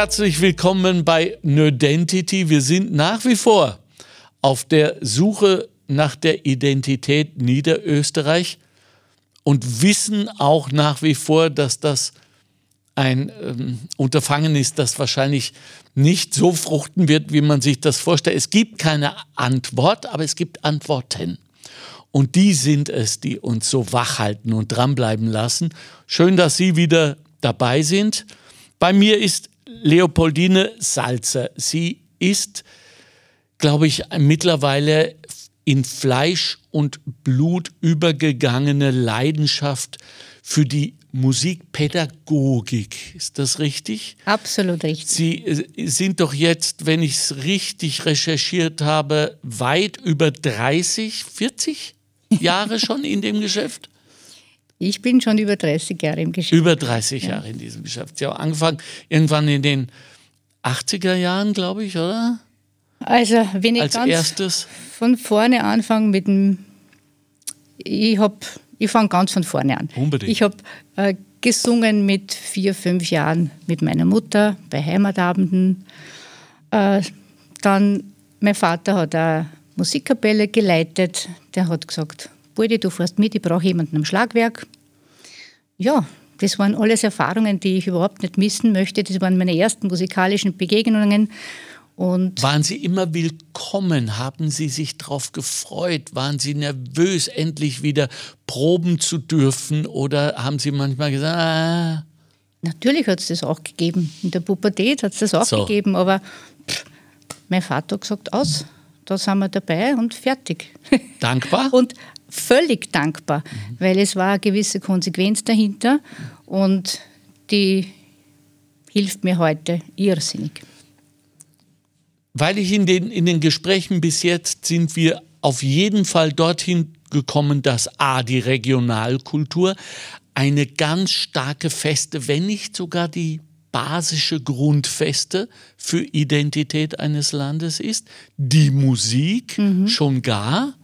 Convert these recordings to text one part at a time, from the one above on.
Herzlich willkommen bei Nerdentity. Wir sind nach wie vor auf der Suche nach der Identität Niederösterreich und wissen auch nach wie vor, dass das ein Unterfangen ist, das wahrscheinlich nicht so fruchten wird, wie man sich das vorstellt. Es gibt keine Antwort, aber es gibt Antworten. Und die sind es, die uns so wach halten und dranbleiben lassen. Schön, dass Sie wieder dabei sind. Bei mir ist Leopoldine Salzer. Sie ist, glaube ich, mittlerweile in Fleisch und Blut übergegangene Leidenschaft für die Musikpädagogik. Ist das richtig? Absolut richtig. Sie sind doch jetzt, wenn ich es richtig recherchiert habe, weit über 30, 40 Jahre schon in dem Geschäft? Ich bin schon über 30 Jahre im Geschäft. Über 30 Jahre in diesem Geschäft. Sie haben angefangen irgendwann in den 80er Jahren, glaube ich, oder? Also wenn ich als ganz erstes von vorne anfange mit dem... Ich fange ganz von vorne an. Unbedingt. Ich habe gesungen mit 4, 5 Jahren mit meiner Mutter bei Heimatabenden. Dann, mein Vater hat eine Musikkapelle geleitet. Der hat gesagt, Buldi, du fährst mit, ich brauche jemanden am Schlagwerk. Ja, das waren alles Erfahrungen, die ich überhaupt nicht missen möchte. Das waren meine ersten musikalischen Begegnungen. Und waren Sie immer willkommen? Haben Sie sich darauf gefreut? Waren Sie nervös, endlich wieder proben zu dürfen? Oder haben Sie manchmal gesagt, Natürlich hat es das auch gegeben. In der Pubertät hat es das auch gegeben. Aber mein Vater hat gesagt, da sind wir dabei und fertig. Dankbar? Und völlig dankbar, weil es war eine gewisse Konsequenz dahinter und die hilft mir heute irrsinnig. Weil ich in den Gesprächen bis jetzt sind wir auf jeden Fall dorthin gekommen, dass die Regionalkultur eine ganz starke Feste, wenn nicht sogar die basische Grundfeste für Identität eines Landes ist. Die Musik schon gar.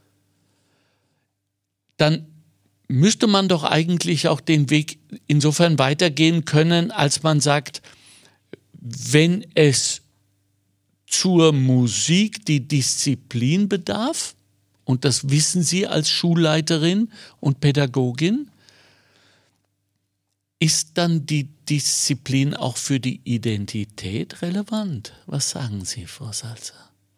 Dann müsste man doch eigentlich auch den Weg insofern weitergehen können, als man sagt, wenn es zur Musik die Disziplin bedarf, und das wissen Sie als Schulleiterin und Pädagogin, ist dann die Disziplin auch für die Identität relevant? Was sagen Sie, Frau Salzer?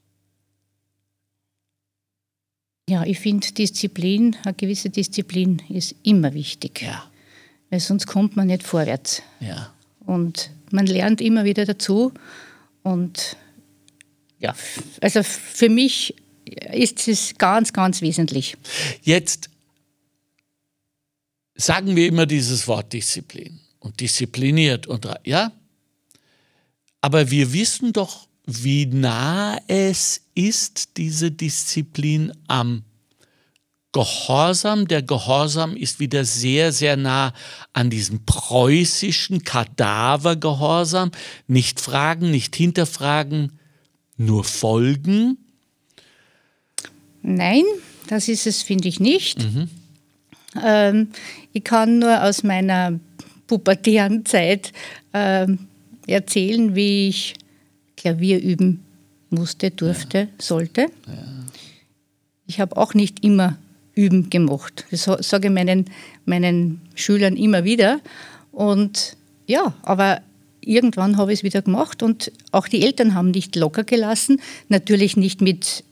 Ja, ich finde eine gewisse Disziplin ist immer wichtig. Ja. Weil sonst kommt man nicht vorwärts. Ja. Und man lernt immer wieder dazu. Und ja, also für mich ist es ganz, ganz wesentlich. Jetzt sagen wir immer dieses Wort Disziplin und diszipliniert und ja, aber wir wissen doch, wie nah es ist, diese Disziplin am Gehorsam. Der Gehorsam ist wieder sehr, sehr nah an diesem preußischen Kadavergehorsam. Nicht fragen, nicht hinterfragen, nur folgen. Nein, das ist es, finde ich nicht. Ich kann nur aus meiner pubertären Zeit erzählen, wie ich Klavier üben musste, durfte, sollte. Ja. Ich habe auch nicht immer üben gemacht. Das sage ich meinen Schülern immer wieder. Und ja, aber irgendwann habe ich es wieder gemacht und auch die Eltern haben nicht locker gelassen. Natürlich nicht mit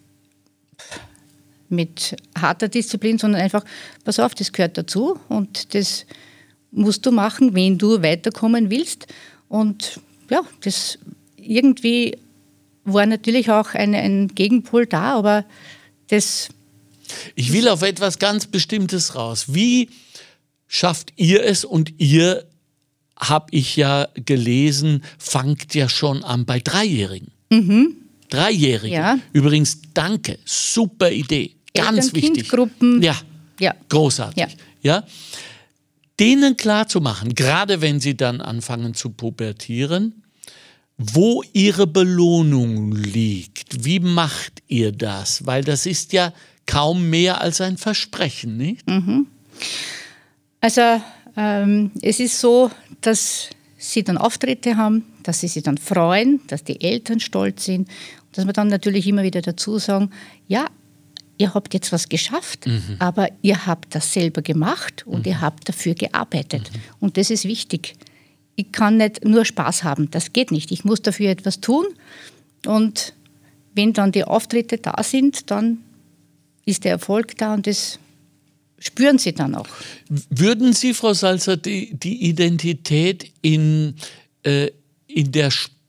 harter Disziplin, sondern einfach, pass auf, das gehört dazu und das musst du machen, wenn du weiterkommen willst. Und ja, das irgendwie war natürlich auch ein Gegenpol da, aber das... Ich will auf etwas ganz Bestimmtes raus. Wie schafft ihr es? Und ihr, habe ich ja gelesen, fangt ja schon an bei Dreijährigen. Dreijährige. Ja. Übrigens, danke, super Idee, ganz wichtig. Kindgruppen. Ja, großartig. Ja. Denen klarzumachen, gerade wenn sie dann anfangen zu pubertieren, wo ihre Belohnung liegt. Wie macht ihr das? Weil das ist ja kaum mehr als ein Versprechen, nicht? Also es ist so, dass sie dann Auftritte haben, dass sie sich dann freuen, dass die Eltern stolz sind, dass wir dann natürlich immer wieder dazu sagen, ja, ihr habt jetzt was geschafft, aber ihr habt das selber gemacht und ihr habt dafür gearbeitet. Und das ist wichtig. Ich kann nicht nur Spaß haben, das geht nicht. Ich muss dafür etwas tun und wenn dann die Auftritte da sind, dann ist der Erfolg da und das spüren sie dann auch. Würden Sie, Frau Salzer, die Identität in der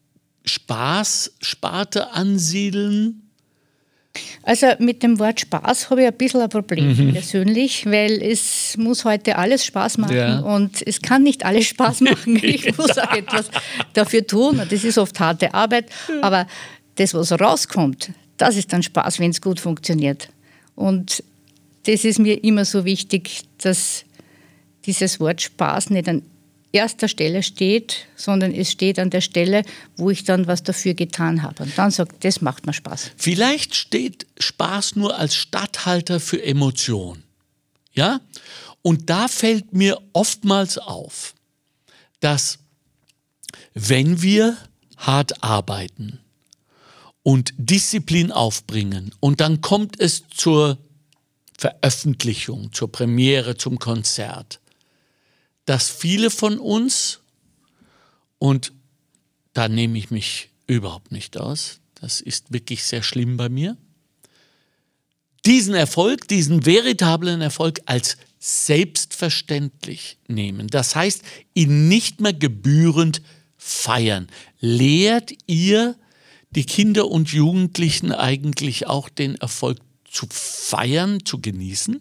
Spaßsparte ansiedeln? Also mit dem Wort Spaß habe ich ein bisschen ein Problem persönlich, weil es muss heute alles Spaß machen und es kann nicht alles Spaß machen. Ich muss auch etwas dafür tun und das ist oft harte Arbeit, aber das, was rauskommt, das ist dann Spaß, wenn es gut funktioniert. Und das ist mir immer so wichtig, dass dieses Wort Spaß nicht an erster Stelle steht, sondern es steht an der Stelle, wo ich dann was dafür getan habe. Und dann sagt, das macht mir Spaß. Vielleicht steht Spaß nur als Statthalter für Emotion. Ja? Und da fällt mir oftmals auf, dass wenn wir hart arbeiten und Disziplin aufbringen und dann kommt es zur Veröffentlichung, zur Premiere, zum Konzert, dass viele von uns, und da nehme ich mich überhaupt nicht aus, das ist wirklich sehr schlimm bei mir, diesen Erfolg, diesen veritablen Erfolg als selbstverständlich nehmen. Das heißt, ihn nicht mehr gebührend feiern. Lehrt ihr die Kinder und Jugendlichen eigentlich auch den Erfolg zu feiern, zu genießen?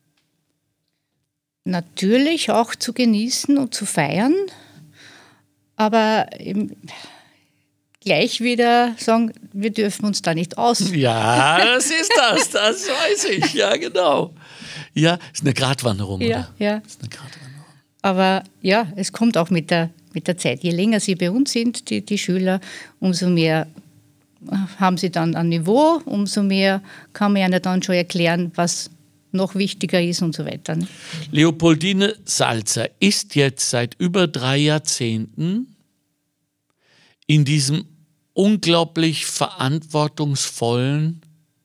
Natürlich auch zu genießen und zu feiern, aber gleich wieder sagen, wir dürfen uns da nicht aus. Ja, das ist das weiß ich, ja genau. Ja, ist eine Gratwanderung, ja, oder? Ja, ist eine Gratwanderung. Aber ja, es kommt auch mit der Zeit. Je länger sie bei uns sind, die Schüler, umso mehr haben sie dann ein Niveau, umso mehr kann man ja dann schon erklären, was noch wichtiger ist und so weiter. Leopoldine Salzer ist jetzt seit über 3 Jahrzehnten in diesem unglaublich verantwortungsvollen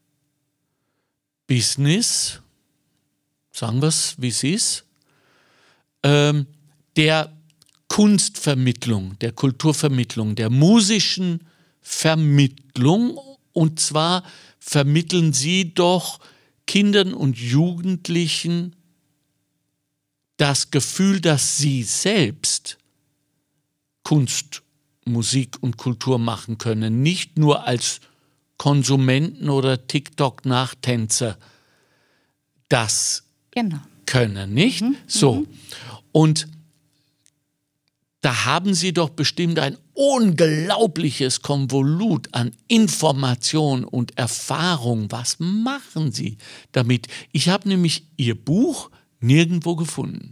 Business, sagen wir es, wie es ist, der Kunstvermittlung, der Kulturvermittlung, der musischen Vermittlung. Und zwar vermitteln Sie doch Kindern und Jugendlichen das Gefühl, dass sie selbst Kunst, Musik und Kultur machen können, nicht nur als Konsumenten oder TikTok-Nachtänzer das können, nicht? So. Und da haben Sie doch bestimmt ein unglaubliches Konvolut an Information und Erfahrung. Was machen Sie damit? Ich habe nämlich Ihr Buch nirgendwo gefunden.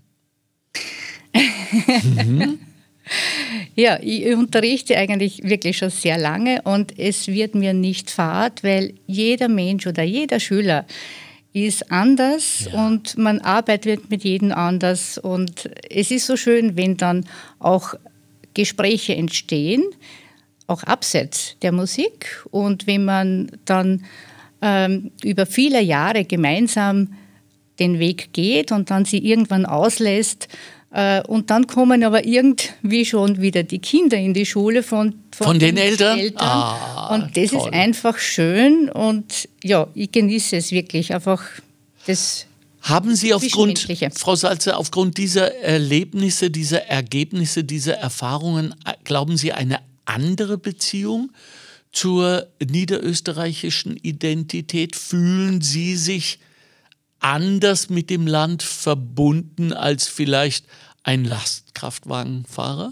Ja, ich unterrichte eigentlich wirklich schon sehr lange und es wird mir nicht fad, weil jeder Mensch oder jeder Schüler ist anders und man arbeitet mit jedem anders und es ist so schön, wenn dann auch Gespräche entstehen, auch abseits der Musik und wenn man dann über viele Jahre gemeinsam den Weg geht und dann sie irgendwann auslässt und dann kommen aber irgendwie schon wieder die Kinder in die Schule von den Eltern. Und das toll. Ist einfach schön und ja, ich genieße es wirklich einfach. Das haben Sie Frau Salzer, aufgrund dieser Erlebnisse, dieser Ergebnisse, dieser Erfahrungen, glauben Sie, eine andere Beziehung zur niederösterreichischen Identität? Fühlen Sie sich anders mit dem Land verbunden als vielleicht ein Lastkraftwagenfahrer?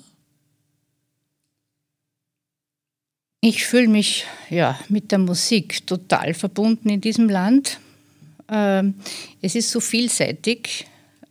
Ich fühle mich mit der Musik total verbunden in diesem Land. Es ist so vielseitig.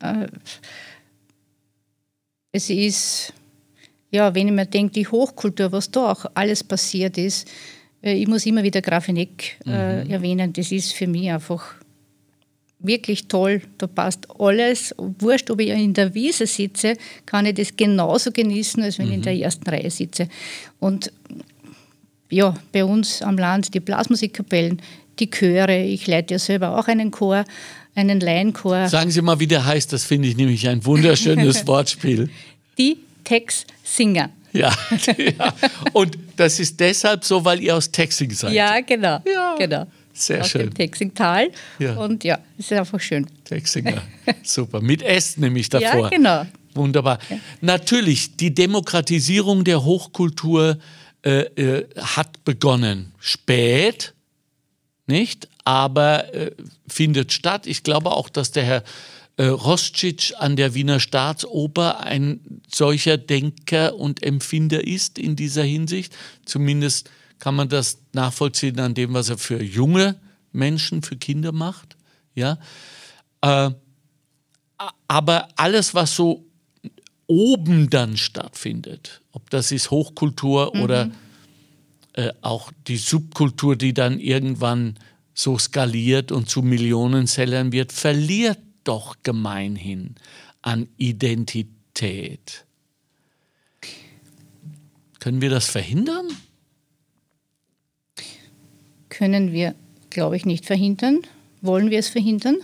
Es ist, wenn ich mir denke, die Hochkultur, was da auch alles passiert ist, ich muss immer wieder Grafeneck erwähnen, das ist für mich einfach wirklich toll, da passt alles. Wurscht, ob ich in der Wiese sitze, kann ich das genauso genießen, als wenn ich in der ersten Reihe sitze. Und ja, bei uns am Land die Blasmusikkapellen, die Chöre, ich leite ja selber auch einen Chor, einen Laienchor. Sagen Sie mal, wie der heißt, das finde ich nämlich ein wunderschönes Wortspiel. Die Tex-Singer. Ja, ja, und das ist deshalb so, weil ihr aus Texing seid. Ja, genau. Ja, genau. sehr aus schön. Dem Texingtal. Ja. Und ja, es ist einfach schön. Texinger, super. Mit S nämlich davor. Ja, genau. Wunderbar. Ja. Natürlich, die Demokratisierung der Hochkultur hat begonnen. Spät, nicht? Aber findet statt. Ich glaube auch, dass der Herr Roscic an der Wiener Staatsoper ein solcher Denker und Empfinder ist in dieser Hinsicht. Zumindest kann man das nachvollziehen an dem, was er für junge Menschen, für Kinder macht. Ja? Aber alles, was so oben dann stattfindet, ob das ist Hochkultur oder auch die Subkultur, die dann irgendwann so skaliert und zu Millionensellern wird, verliert doch gemeinhin an Identität. Können wir das verhindern? Können wir, glaube ich, nicht verhindern. Wollen wir es verhindern?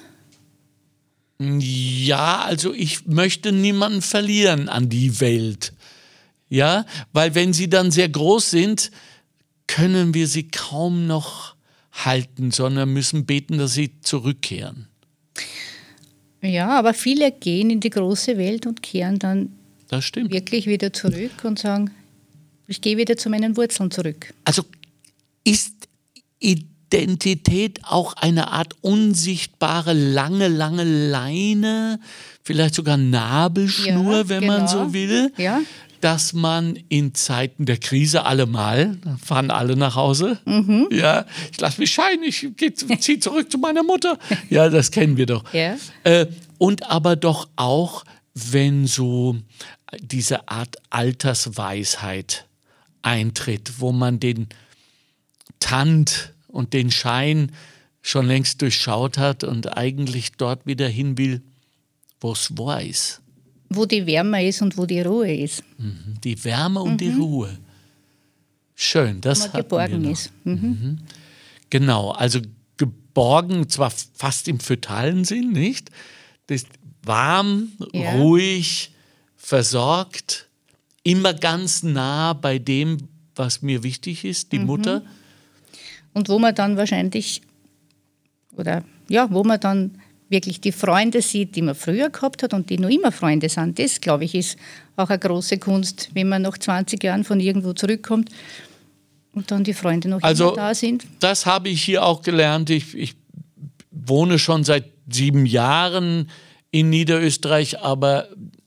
Ja, also ich möchte niemanden verlieren an die Welt. Ja, weil wenn sie dann sehr groß sind, können wir sie kaum noch halten, sondern müssen beten, dass sie zurückkehren. Ja, aber viele gehen in die große Welt und kehren dann wirklich wieder zurück und sagen, ich gehe wieder zu meinen Wurzeln zurück. Also ist Identität auch eine Art unsichtbare, lange Leine, vielleicht sogar Nabelschnur, ja, wenn man so will, dass man in Zeiten der Krise allemal, fahren alle nach Hause, ja, ich lasse mich scheiden, ich ziehe zurück zu meiner Mutter. Ja, das kennen wir doch. Ja. Und aber doch auch, wenn so diese Art Altersweisheit eintritt, wo man den Tand und den Schein schon längst durchschaut hat und eigentlich dort wieder hin will, wo es wahr ist. Wo die Wärme ist und wo die Ruhe ist. Die Wärme und die Ruhe. Schön, das hat geborgen ist. Genau, also geborgen, zwar fast im fötalen Sinn, nicht? Das ist warm, ruhig, versorgt, immer ganz nah bei dem, was mir wichtig ist, die Mutter. Und wo man dann wahrscheinlich, wo man dann wirklich die Freunde sieht, die man früher gehabt hat und die noch immer Freunde sind. Das, glaube ich, ist auch eine große Kunst, wenn man nach 20 Jahren von irgendwo zurückkommt und dann die Freunde noch immer da sind. Das habe ich hier auch gelernt. Ich wohne schon seit 7 Jahren in Niederösterreich, aber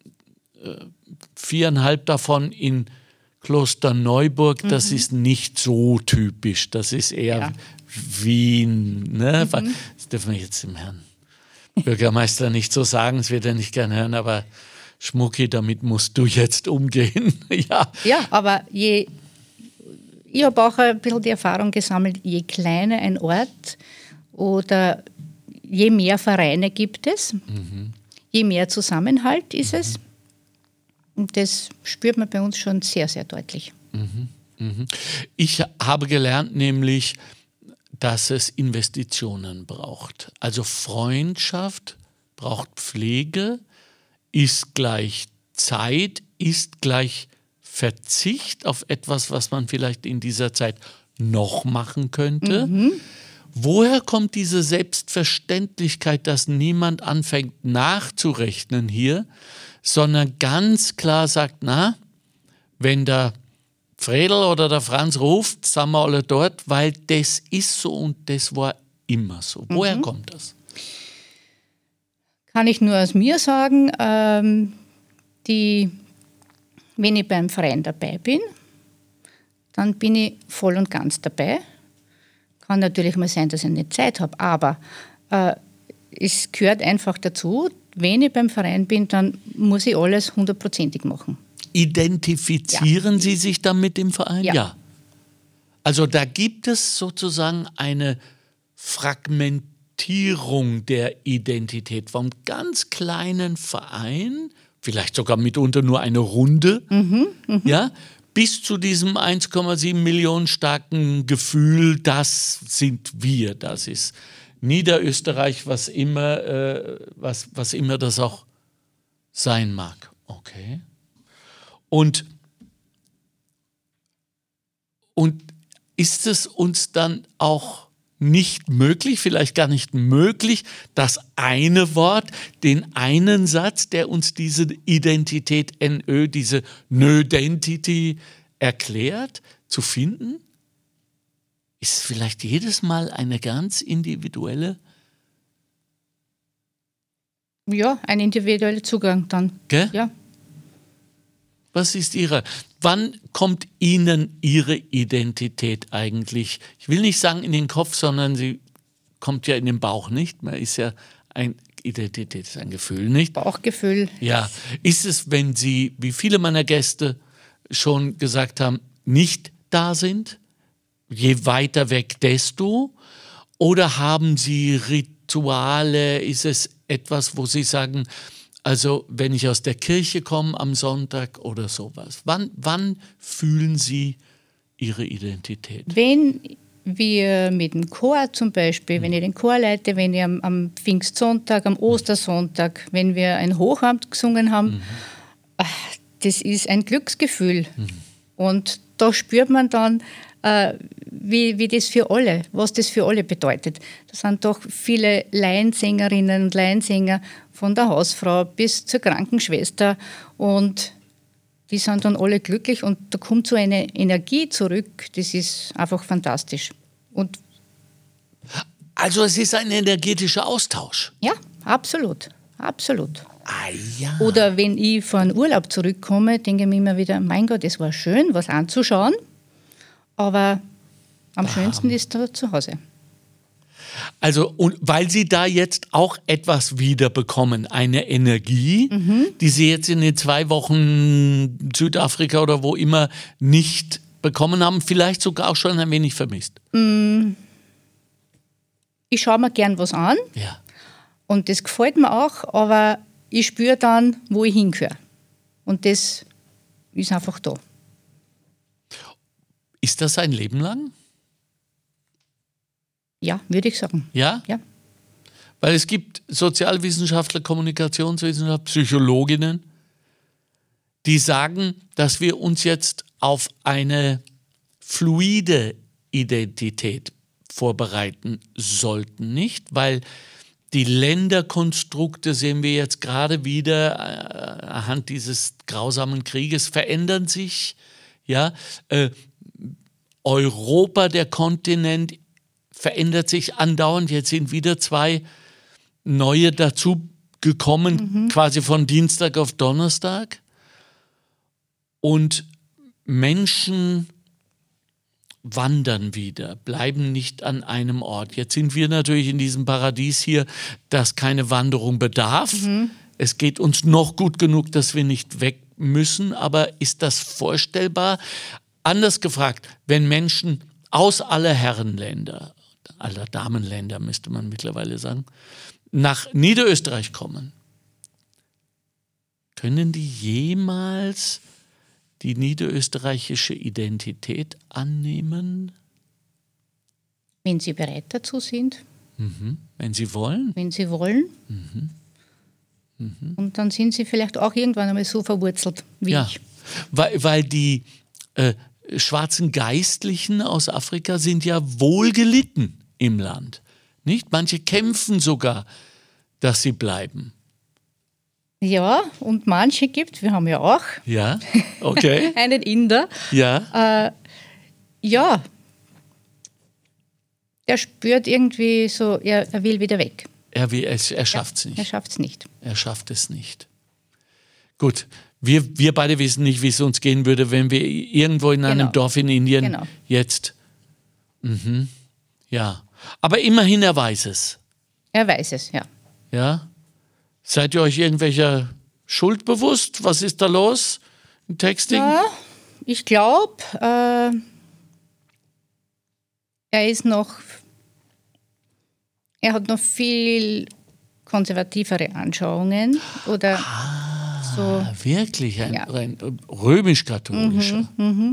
4,5 davon in Klosterneuburg. Das ist nicht so typisch. Das ist eher Wien. Ne? Das dürfen wir jetzt dem Herrn Bürgermeister nicht so sagen, das wird er nicht gern hören, aber Schmucki, damit musst du jetzt umgehen. Ja, aber ich habe auch ein bisschen die Erfahrung gesammelt, je kleiner ein Ort oder je mehr Vereine gibt es, je mehr Zusammenhalt ist es. Und das spürt man bei uns schon sehr, sehr deutlich. Ich habe gelernt, nämlich, dass es Investitionen braucht. Also Freundschaft braucht Pflege, ist gleich Zeit, ist gleich Verzicht auf etwas, was man vielleicht in dieser Zeit noch machen könnte. Woher kommt diese Selbstverständlichkeit, dass niemand anfängt nachzurechnen hier, sondern ganz klar sagt, wenn der Fredel oder der Franz ruft, sind wir alle dort, weil das ist so und das war immer so. Woher kommt das? Kann ich nur aus mir sagen, wenn ich beim Verein dabei bin, dann bin ich voll und ganz dabei. Kann natürlich mal sein, dass ich nicht Zeit habe, aber es gehört einfach dazu, wenn ich beim Verein bin, dann muss ich alles 100%ig machen. Identifizieren Sie sich dann mit dem Verein? Ja. Also da gibt es sozusagen eine Fragmentierung Fragmentierung der Identität vom ganz kleinen Verein, vielleicht sogar mitunter nur eine Runde, ja, bis zu diesem 1,7 Millionen starken Gefühl, das sind wir, das ist Niederösterreich, was immer das auch sein mag. Okay. Und ist es uns dann auch nicht möglich, vielleicht gar nicht möglich, das eine Wort, den einen Satz, der uns diese Identität NÖ, diese Nödentity erklärt, zu finden? Ist vielleicht jedes Mal eine ganz individuelle? Ja, ein individueller Zugang dann. Gell? Ja. Was ist Ihre? Wann kommt Ihnen Ihre Identität eigentlich? Ich will nicht sagen in den Kopf, sondern sie kommt ja in den Bauch, nicht? Man ist ja Identität ist ein Gefühl, nicht? Bauchgefühl. Ja. Ist es, wenn Sie, wie viele meiner Gäste schon gesagt haben, nicht da sind? Je weiter weg, desto? Oder haben Sie Rituale? Ist es etwas, wo Sie sagen, also wenn ich aus der Kirche komme am Sonntag oder sowas, wann fühlen Sie Ihre Identität? Wenn wir mit dem Chor zum Beispiel, wenn ich den Chor leite, wenn ich am Pfingstsonntag, am Ostersonntag, wenn wir ein Hochamt gesungen haben, das ist ein Glücksgefühl. Und da spürt man dann, wie das für alle, was das für alle bedeutet. Da sind doch viele Laiensängerinnen und Laiensänger von der Hausfrau bis zur Krankenschwester und die sind dann alle glücklich und da kommt so eine Energie zurück, das ist einfach fantastisch. Und Also es ist ein energetischer Austausch. ja, absolut, absolut. Ah ja. Oder wenn ich von Urlaub zurückkomme, denke ich mir immer wieder, mein Gott, es war schön, was anzuschauen, aber am schönsten ist da zu Hause. Also, und weil Sie da jetzt auch etwas wiederbekommen, eine Energie, die Sie jetzt in den 2 Wochen Südafrika oder wo immer nicht bekommen haben, vielleicht sogar auch schon ein wenig vermisst. Ich schaue mir gern was an Ja. und das gefällt mir auch, aber ich spüre dann, wo ich hingehöre. Und das ist einfach da. Ist das ein Leben lang? Ja, würde ich sagen. Ja? Ja. Weil es gibt Sozialwissenschaftler, Kommunikationswissenschaftler, Psychologinnen, die sagen, dass wir uns jetzt auf eine fluide Identität vorbereiten sollten, nicht? Weil die Länderkonstrukte, sehen wir jetzt gerade wieder anhand dieses grausamen Krieges, verändern sich. Ja? Europa, der Kontinent, verändert sich andauernd. Jetzt sind wieder 2 neue dazu gekommen, quasi von Dienstag auf Donnerstag. Und Menschen wandern wieder, bleiben nicht an einem Ort. Jetzt sind wir natürlich in diesem Paradies hier, das keine Wanderung bedarf. Es geht uns noch gut genug, dass wir nicht weg müssen. Aber ist das vorstellbar? Anders gefragt, wenn Menschen aus aller Herrenländer, aller Damenländer müsste man mittlerweile sagen, nach Niederösterreich kommen, können die jemals die niederösterreichische Identität annehmen? Wenn Sie bereit dazu sind. Wenn sie wollen? Wenn Sie wollen. Und dann sind Sie vielleicht auch irgendwann einmal so verwurzelt wie Ja, ich. weil die schwarzen Geistlichen aus Afrika sind ja wohlgelitten im Land. Nicht? Manche kämpfen sogar, dass sie bleiben. Ja, und manche gibt, wir haben ja auch Ja, okay. einen Inder. Ja, Ja, der spürt irgendwie so, er will wieder weg. er schafft es Er nicht. schafft es nicht. Er schafft es nicht. Gut, wir beide wissen nicht, wie es uns gehen würde, wenn wir irgendwo in einem Genau. Dorf in Indien Genau. jetzt. Ja, aber immerhin er weiß es. Er weiß es, ja. Ja? Seid ihr euch irgendwelcher Schuld bewusst? Was ist da los im Texting? Ja, ich glaube, er ist noch er hat noch viel konservativere Anschauungen oder so. Wirklich? Ein römisch-katholischer?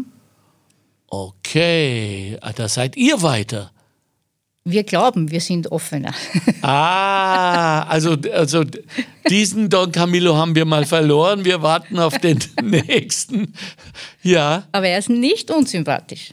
Okay, da seid ihr weiter. Wir glauben, wir sind offener. Also diesen Don Camillo haben wir mal verloren. Wir warten auf den nächsten. Ja. Aber er ist nicht unsympathisch.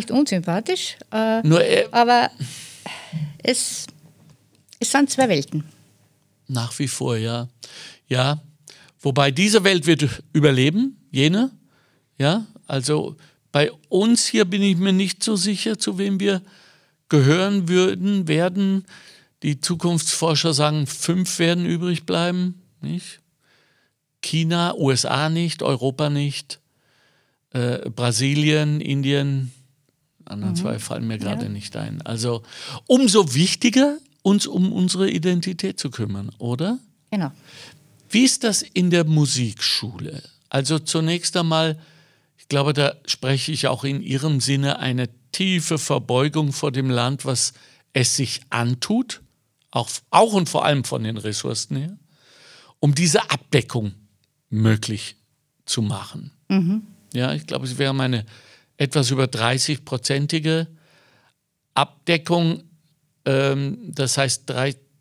Aber es sind zwei Welten. Nach wie vor, ja. Ja. Wobei diese Welt wird überleben, jene. Ja. Also bei uns hier bin ich mir nicht so sicher, zu wem wir gehören werden. Die Zukunftsforscher sagen, 5 werden übrig bleiben. Nicht? China, USA nicht, Europa nicht, Brasilien, Indien, anderen 2 fallen mir gerade nicht ein. Also umso wichtiger, uns um unsere Identität zu kümmern, oder? Genau. Wie ist das in der Musikschule? Also zunächst einmal, ich glaube, da spreche ich auch in Ihrem Sinne eine tiefe Verbeugung vor dem Land, was es sich antut, auch und vor allem von den Ressourcen her, um diese Abdeckung möglich zu machen. Ja, ich glaube, es wäre eine etwas über 30-prozentige Abdeckung, das heißt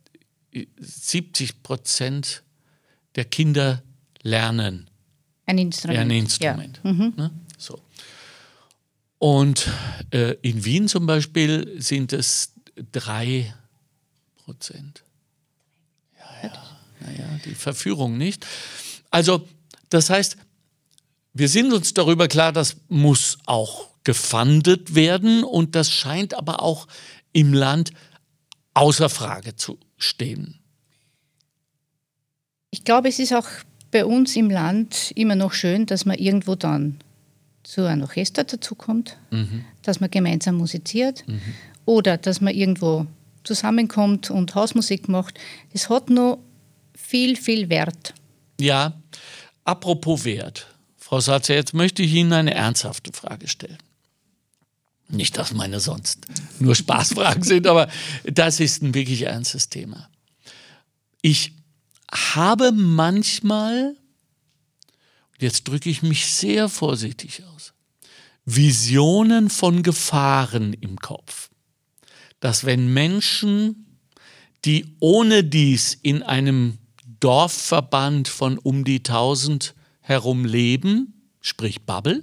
70% der Kinder lernen ein Instrument. Ja. Ne? So. Und in Wien zum Beispiel sind es 3%. Naja, die Verführung nicht. Also das heißt, wir sind uns darüber klar, das muss auch gefundet werden und das scheint aber auch im Land außer Frage zu stehen. Ich glaube, es ist auch bei uns im Land immer noch schön, dass man irgendwo dann zu einem Orchester dazukommt, dass man gemeinsam musiziert oder dass man irgendwo zusammenkommt und Hausmusik macht. Das hat noch viel, viel Wert. Ja, apropos Wert. Frau Satzer, jetzt möchte ich Ihnen eine ernsthafte Frage stellen. Nicht, dass meine sonst nur Spaßfragen sind, aber das ist ein wirklich ernstes Thema. Ich habe manchmal, jetzt drücke ich mich sehr vorsichtig aus, Visionen von Gefahren im Kopf. Dass wenn Menschen, die ohne dies in einem Dorfverband von um die 1000 herum leben, sprich Bubble,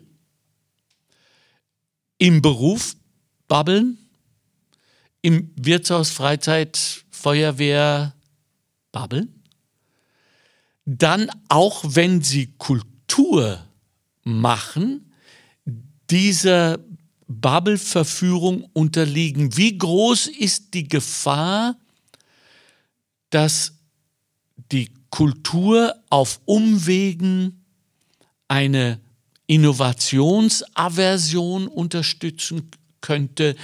im Beruf babbeln, im Wirtshaus, Freizeit, Feuerwehr babbeln, dann auch wenn sie Kultur machen, dieser Bubble-Verführung unterliegen. Wie groß ist die Gefahr, dass die Kultur auf Umwegen eine Innovationsaversion unterstützen könnte,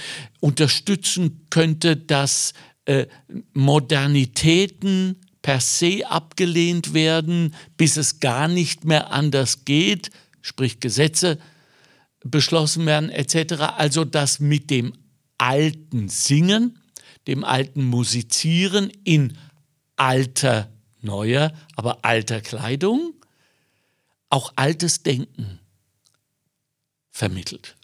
dass Modernitäten per se abgelehnt werden, bis es gar nicht mehr anders geht, sprich Gesetze beschlossen werden etc. Also dass mit dem alten Singen, dem alten Musizieren in alter, neuer, aber alter Kleidung auch altes Denken vermittelt.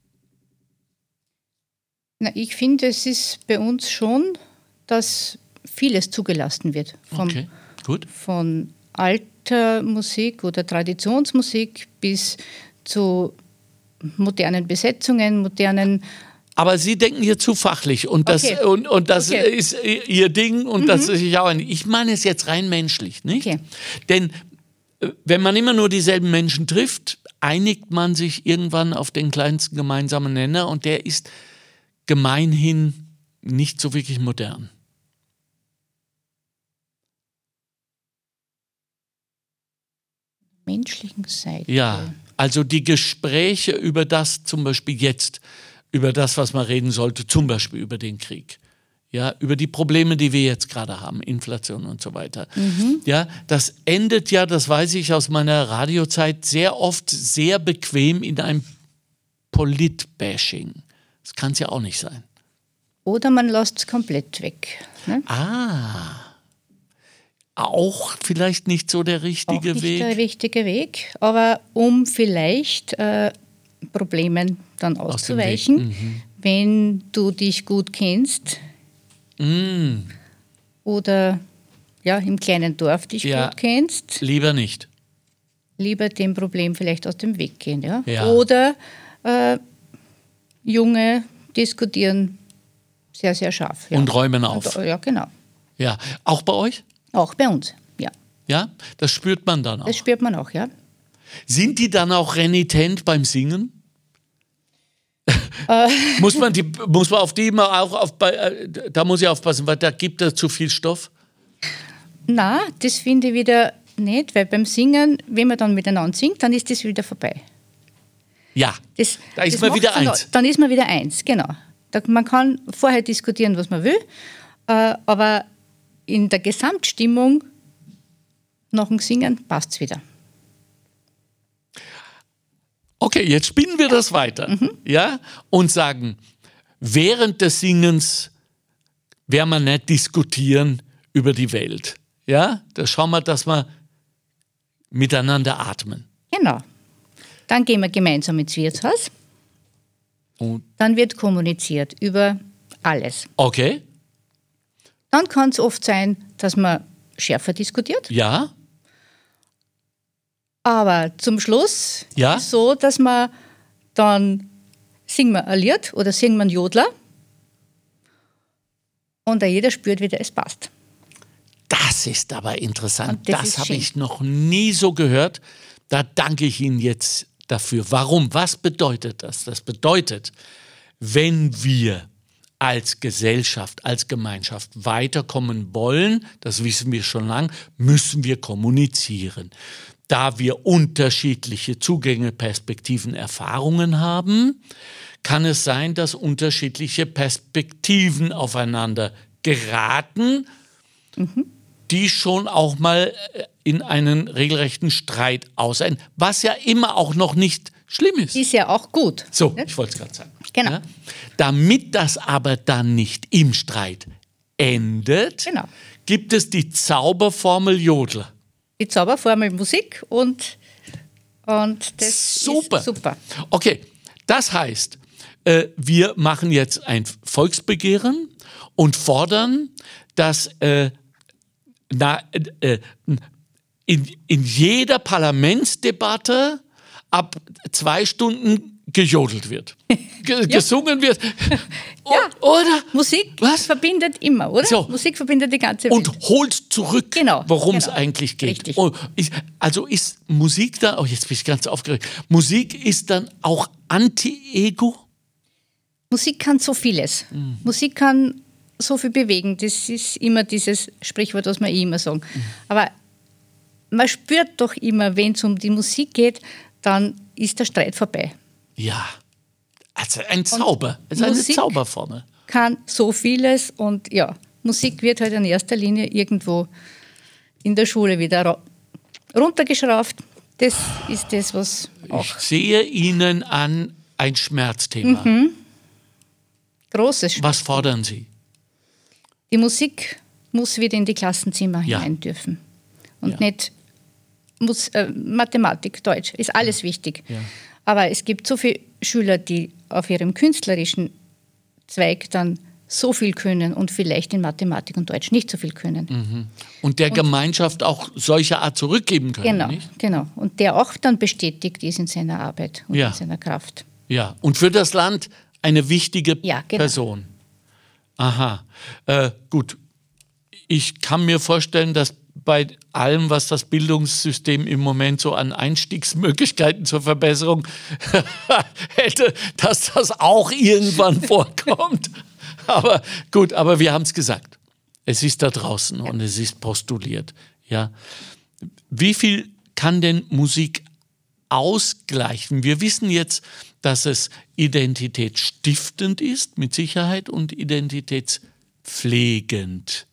Na, ich finde, es ist bei uns schon, dass vieles zugelassen wird. Von alter Musik oder Traditionsmusik bis zu modernen Besetzungen, modernen. Aber Sie denken hier zu fachlich und das, und das ist Ihr Ding und das ist ich auch. Ich meine es jetzt rein menschlich, nicht? Okay. Denn wenn man immer nur dieselben Menschen trifft, einigt man sich irgendwann auf den kleinsten gemeinsamen Nenner und der ist gemeinhin nicht so wirklich modern. Menschlichen Seite. Ja, also die Gespräche über das zum Beispiel jetzt, über das, was man reden sollte, zum Beispiel über den Krieg, ja, über die Probleme, die wir jetzt gerade haben, Inflation und so weiter. Ja, das endet ja, das weiß ich aus meiner Radiozeit, sehr oft sehr bequem in einem Polit-Bashing. Das kann es ja auch nicht sein. Oder man lässt es komplett weg. Ne? Auch vielleicht nicht so der richtige Auch nicht Weg. der richtige Weg, aber um vielleicht Problemen dann Aus dem Weg. auszuweichen, wenn du dich gut kennst oder ja, im kleinen Dorf dich Ja. gut kennst, Lieber nicht. lieber dem Problem vielleicht aus dem Weg gehen. Ja? Ja. Oder Junge diskutieren sehr, sehr scharf. Ja. Und räumen auf. Ja, genau. Ja. Auch bei euch? Auch bei uns, ja. Ja? Das spürt man dann auch. Das spürt man auch, ja. Sind die dann auch renitent beim Singen? muss man auf die immer auch da muss ich aufpassen, weil da gibt es zu viel Stoff. Na, das finde ich wieder nicht, weil beim Singen, wenn man dann miteinander singt, dann ist das wieder vorbei. Ja, Das, da ist das man macht wieder dann, eins. Dann ist man wieder eins, genau. Man kann vorher diskutieren, was man will, aber in der Gesamtstimmung nach dem Singen passt es wieder. Okay, jetzt spinnen wir das weiter. Ja? Und sagen, während des Singens werden wir nicht diskutieren über die Welt. Ja? Da schauen wir, dass wir miteinander atmen. Genau. Dann gehen wir gemeinsam ins Wirtshaus. Und, Dann wird kommuniziert über alles. okay, Dann kann es oft sein, dass man schärfer diskutiert. ja, Aber zum Schluss Ja. ist es so, dass man dann singen wir ein Lied oder singen wir einen Jodler und da jeder spürt wieder, es passt. das ist aber interessant. Und das Das ist habe schön. ich noch nie so gehört. Da danke ich Ihnen jetzt dafür. Warum? Was bedeutet das? Das bedeutet, wenn wir als Gesellschaft, als Gemeinschaft weiterkommen wollen, das wissen wir schon lange, müssen wir kommunizieren. Da wir unterschiedliche Zugänge, Perspektiven, Erfahrungen haben, kann es sein, dass unterschiedliche Perspektiven aufeinander geraten, die schon auch mal in einen regelrechten Streit ausenden, was ja immer auch noch nicht schlimm ist. Ist ja auch gut. So, Ne? ich wollte es gerade sagen. Genau. Ja? Damit das aber dann nicht im Streit endet, Genau. gibt es die Zauberformel Jodler. Die Zauberformel Musik und das Super. ist super. Okay, das heißt, wir machen jetzt ein Volksbegehren und fordern, dass in jeder Parlamentsdebatte ab 2 Stunden gejodelt wird. Gesungen wird. Ja. Oder? Musik Was? verbindet immer, oder? So. Musik verbindet die ganze Welt. Und holt zurück, Genau, worum es genau. eigentlich geht. Richtig. Oh, also ist Musik da, oh jetzt bin ich ganz aufgeregt, Musik ist dann auch Anti-Ego? Musik kann so vieles. Musik kann so viel bewegen. Das ist immer dieses Sprichwort, was wir immer sagen. Aber man spürt doch immer, wenn es um die Musik geht, dann ist der Streit vorbei. Ja, also ein Zauber, es ist eine Musik Zauberformel. Kann so vieles und ja, Musik wird halt in erster Linie irgendwo in der Schule wieder runtergeschraubt. Das ist das, was auch Ich sehe Ihnen an ein Schmerzthema. Großes Was fordern Sie? Die Musik muss wieder in die Klassenzimmer Ja. hinein dürfen. Und Ja. nicht Mathematik, Deutsch, ist alles wichtig. Ja. Aber es gibt so viele Schüler, die auf ihrem künstlerischen Zweig dann so viel können und vielleicht in Mathematik und Deutsch nicht so viel können. Und der Gemeinschaft auch solche Art zurückgeben können, Genau, nicht? genau. Und der auch dann bestätigt ist in seiner Arbeit und Ja. in seiner Kraft. Ja, und für das Land eine wichtige Ja, genau. Person. Aha, gut. Ich kann mir vorstellen, dass bei allem, was das Bildungssystem im Moment so an Einstiegsmöglichkeiten zur Verbesserung hätte, dass das auch irgendwann vorkommt. Aber gut, aber wir haben es gesagt. Es ist da draußen und es ist postuliert. Ja. Wie viel kann denn Musik ausgleichen? Wir wissen jetzt, dass es identitätsstiftend ist, mit Sicherheit, und identitätspflegend.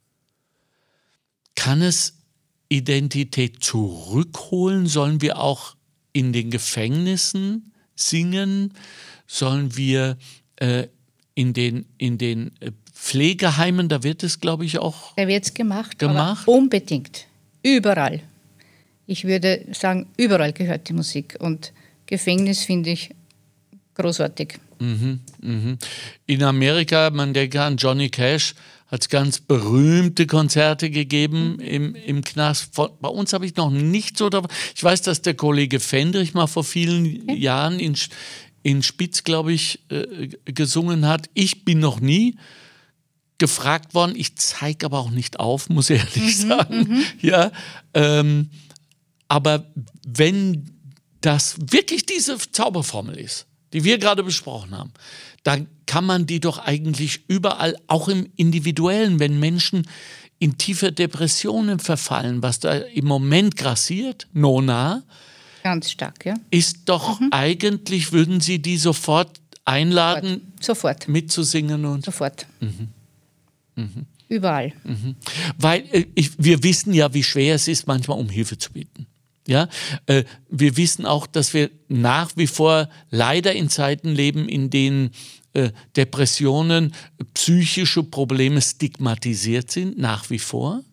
Kann es Identität zurückholen? Sollen wir auch in den Gefängnissen singen? Sollen wir in den Pflegeheimen, da wird es, glaube ich, auch Da wird es gemacht. Aber unbedingt. Überall. Ich würde sagen, überall gehört die Musik. Und Gefängnis finde ich großartig. In Amerika, man denke an Johnny Cash, hat es ganz berühmte Konzerte gegeben im Knast. Bei uns habe ich noch nicht so. Ich weiß, dass der Kollege Fendrich mal vor vielen Jahren in Spitz, glaube ich, gesungen hat. Ich bin noch nie gefragt worden. Ich zeige aber auch nicht auf, muss ich ehrlich sagen. Ja, aber wenn das wirklich diese Zauberformel ist, die wir gerade besprochen haben, dann kann man die doch eigentlich überall, auch im Individuellen, wenn Menschen in tiefe Depressionen verfallen, was da im Moment grassiert, Nona, ganz stark, ja. ist doch eigentlich, würden Sie die sofort einladen, Sofort. mitzusingen und Sofort. Überall. Weil wir wissen ja, wie schwer es ist, manchmal um Hilfe zu bitten. Ja, wir wissen auch, dass wir nach wie vor leider in Zeiten leben, in denen Depressionen, psychische Probleme stigmatisiert sind, nach wie vor.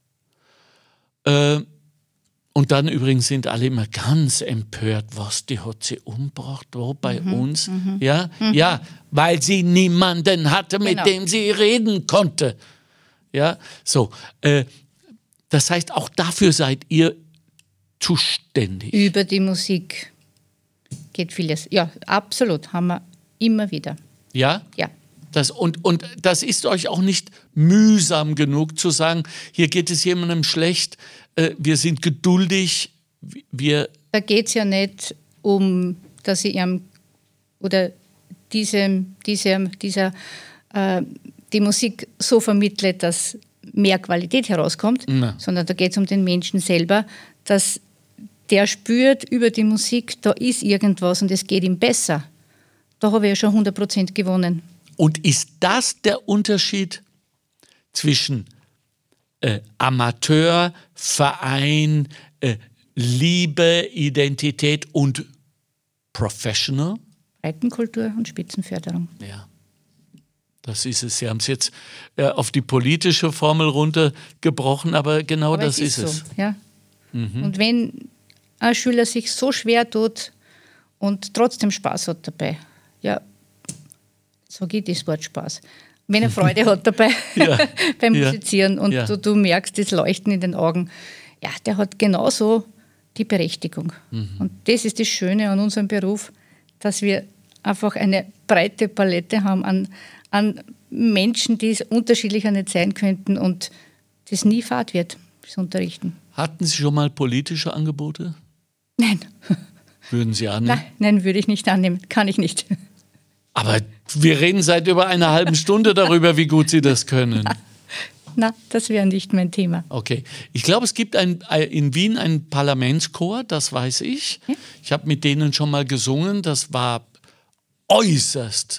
Und dann übrigens sind alle immer ganz empört, was, die hat sie umgebracht, bei uns. Ja, weil sie niemanden hatte, mit dem sie reden konnte. Ja, so. Das heißt, auch dafür seid ihr zuständig. Über die Musik geht vieles. Ja, absolut, haben wir immer wieder. Ja? Ja. Und das ist euch auch nicht mühsam genug zu sagen, hier geht es jemandem schlecht, wir sind geduldig, Da geht es ja nicht um, dass ich oder die Musik so vermittle, dass mehr Qualität herauskommt, sondern da geht es um den Menschen selber, dass der spürt über die Musik, da ist irgendwas und es geht ihm besser. Da habe ich ja schon 100% gewonnen. Und ist das der Unterschied zwischen Amateur, Verein, Liebe, Identität und Professional? Breitenkultur und Spitzenförderung. Ja, das ist es. Sie haben es jetzt auf die politische Formel runtergebrochen, aber genau das ist es. So, ja. Und wenn ein Schüler sich so schwer tut und trotzdem Spaß hat dabei, ja, so geht das Wort Spaß. Wenn er Freude hat dabei beim Musizieren und du merkst das Leuchten in den Augen, ja, der hat genauso die Berechtigung. Und das ist das Schöne an unserem Beruf, dass wir einfach eine breite Palette haben an Menschen, die es unterschiedlicher nicht sein könnten und das nie fad wird, das Unterrichten. Hatten Sie schon mal politische Angebote? Nein. Würden Sie annehmen? Nein, würde ich nicht annehmen. Kann ich nicht. Aber wir reden seit über einer halben Stunde darüber, wie gut Sie das können. Na, das wäre nicht mein Thema. Okay. Ich glaube, es gibt in Wien einen Parlamentschor, das weiß ich. Ja? Ich habe mit denen schon mal gesungen. Das war äußerst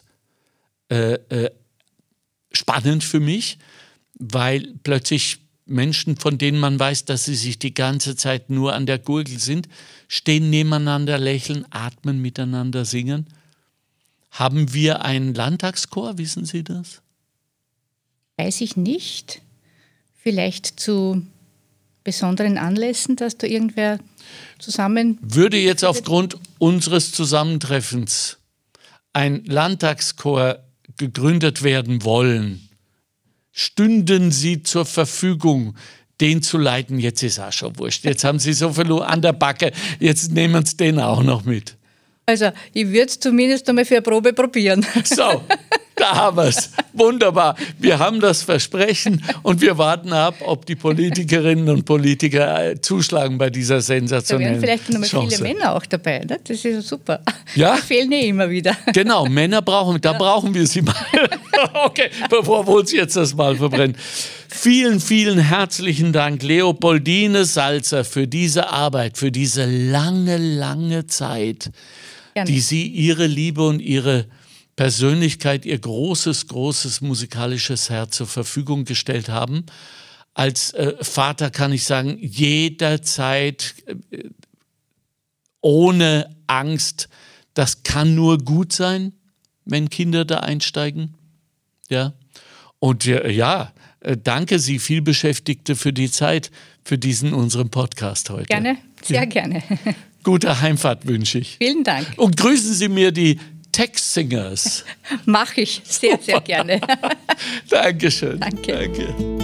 spannend für mich, weil plötzlich Menschen, von denen man weiß, dass sie sich die ganze Zeit nur an der Gurgel sind, stehen nebeneinander, lächeln, atmen miteinander, singen. Haben wir einen Landtagschor, wissen Sie das? Weiß ich nicht. Vielleicht zu besonderen Anlässen, dass da irgendwer zusammen... Würde jetzt aufgrund unseres Zusammentreffens ein Landtagschor gegründet werden wollen, stünden Sie zur Verfügung, den zu leiten? Jetzt ist auch schon wurscht. Jetzt haben Sie so viel an der Backe, jetzt nehmen Sie den auch noch mit. Also, ich würde es zumindest einmal für eine Probe probieren. So, da haben wir es. Wunderbar. Wir haben das Versprechen und wir warten ab, ob die Politikerinnen und Politiker zuschlagen bei dieser sensationellen Da wären vielleicht noch Chance. Viele Männer auch dabei. Ne? Das ist super. Ja? Die fehlen immer wieder. Genau, Männer brauchen wir sie mal. Okay, bevor wir uns jetzt das Mal verbrennen. Vielen, vielen herzlichen Dank, Leopoldine Salzer, für diese Arbeit, für diese lange, lange Zeit, Gerne. die Sie Ihre Liebe und Ihre Persönlichkeit, Ihr großes, großes musikalisches Herz zur Verfügung gestellt haben. Als Vater kann ich sagen, jederzeit ohne Angst, das kann nur gut sein. wenn Kinder da einsteigen. Ja. Und danke Sie, Vielbeschäftigte, für die Zeit, für diesen unseren Podcast heute. Gerne, sehr gerne. Gute Heimfahrt wünsche ich. Vielen Dank. Und grüßen Sie mir die Tex-Singers. Mache ich sehr, sehr gerne. Dankeschön. Danke.